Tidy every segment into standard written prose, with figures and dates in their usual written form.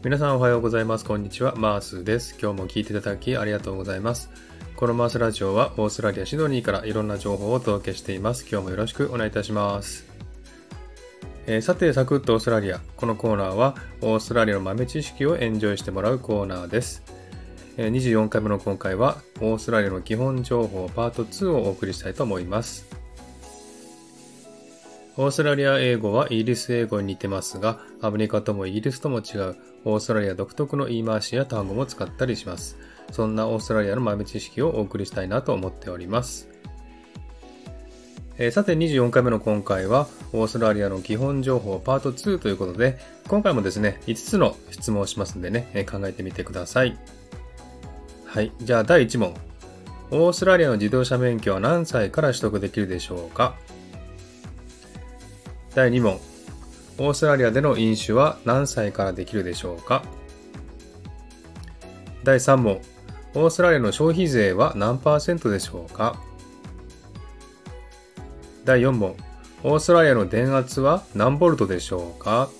皆さんおはようございます。こんにちは。マースです。今日も聞いていただきありがとうございます。このマースラジオはオーストラリアシドニーからいろんな情報をお届けしています。今日もよろしくお願いいたします。さて、サクッとオーストラリア。このコーナーはオーストラリアの豆知識をエンジョイしてもらうコーナーです。24回目の今回はオーストラリアの基本情報パート2をお送りしたいと思います。オーストラリア英語はイギリス英語に似てますが、アメリカともイギリスとも違うオーストラリア独特の言い回しや単語も使ったりします。そんなオーストラリアの豆知識をお送りしたいなと思っております。さて24回目の今回はオーストラリアの基本情報パート2ということで、今回もですね、5つの質問をしますんでね、考えてみてください。はい、じゃあ第1問。オーストラリアの自動車免許は何歳から取得できるでしょうか？第2問。オーストラリアでの飲酒は何歳からできるでしょうか？第3問。オーストラリアの消費税は何%でしょうか？第4問。オーストラリアの電圧は何ボルトでしょうか？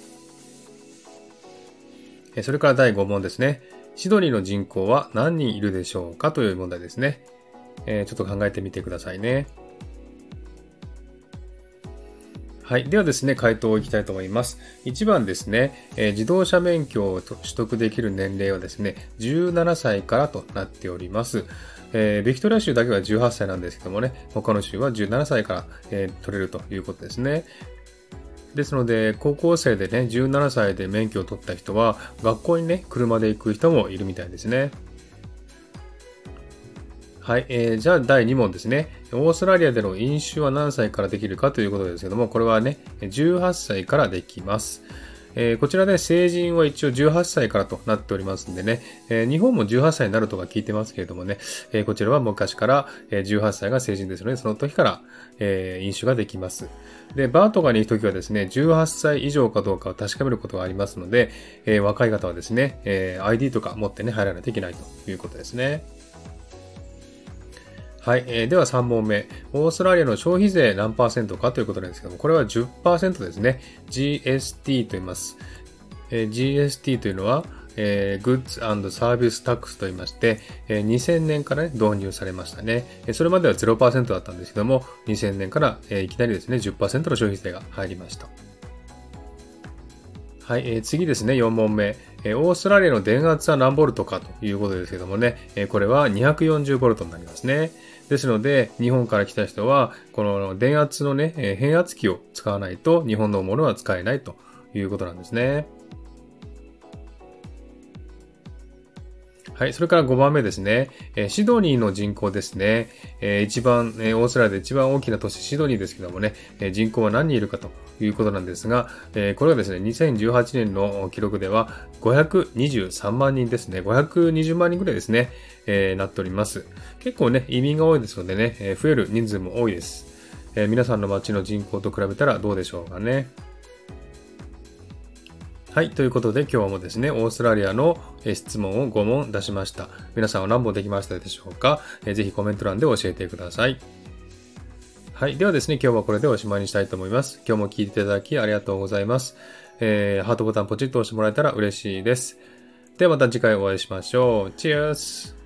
それから第5問ですね。シドニーの人口は何人いるでしょうかという問題ですね。ちょっと考えてみてくださいね。はい。ではですね、回答をいきたいと思います。1番ですね、自動車免許を取得できる年齢はですね、17歳からとなっております。ビクトリア州だけは18歳なんですけどもね、他の州は17歳から、取れるということですね。ですので、高校生でね、17歳で免許を取った人は、学校にね、車で行く人もいるみたいですね。はい、じゃあ第2問ですね。オーストラリアでの飲酒は何歳からできるかということですけども、これはね、18歳からできます。こちらね、成人は一応18歳からとなっておりますんでね、日本も18歳になるとか聞いてますけれどもね、こちらは昔から18歳が成人ですので、その時から、飲酒ができます。で、バーとかに行く時はですね、18歳以上かどうかを確かめることがありますので、若い方はですね、ID とか持ってね、入らないといけないということですね。はい、では3問目。オーストラリアの消費税何%かということなんですけども、これは 10% ですね。GST と言います。GST というのは、Goods and Service Tax と言いまして、2000年から、ね、導入されましたね。それまでは 0% だったんですけども、2000年から、いきなりですね、10% の消費税が入りました。はい、次ですね、4問目。オーストラリアの電圧は何ボルトかということですけどもね、これは240ボルトになりますね。ですので、日本から来た人は、この電圧のね、変圧器を使わないと日本のものは使えないということなんですね。はい。それから5番目ですね。シドニーの人口ですね。オーストラリアで一番大きな都市シドニーですけどもね、人口は何人いるかということなんですが、これはですね、2018年の記録では523万人ですね。520万人ぐらいですね、なっております。結構ね、移民が多いですのでね、増える人数も多いです。皆さんの街の人口と比べたらどうでしょうかね。はい。ということで今日もですね、オーストラリアの質問を5問出しました。皆さんは何問できましたでしょうか？ぜひコメント欄で教えてください。はい。ではですね、今日はこれでおしまいにしたいと思います。今日も聞いていただきありがとうございます。ハートボタンポチッと押してもらえたら嬉しいです。ではまた次回お会いしましょう。チェアス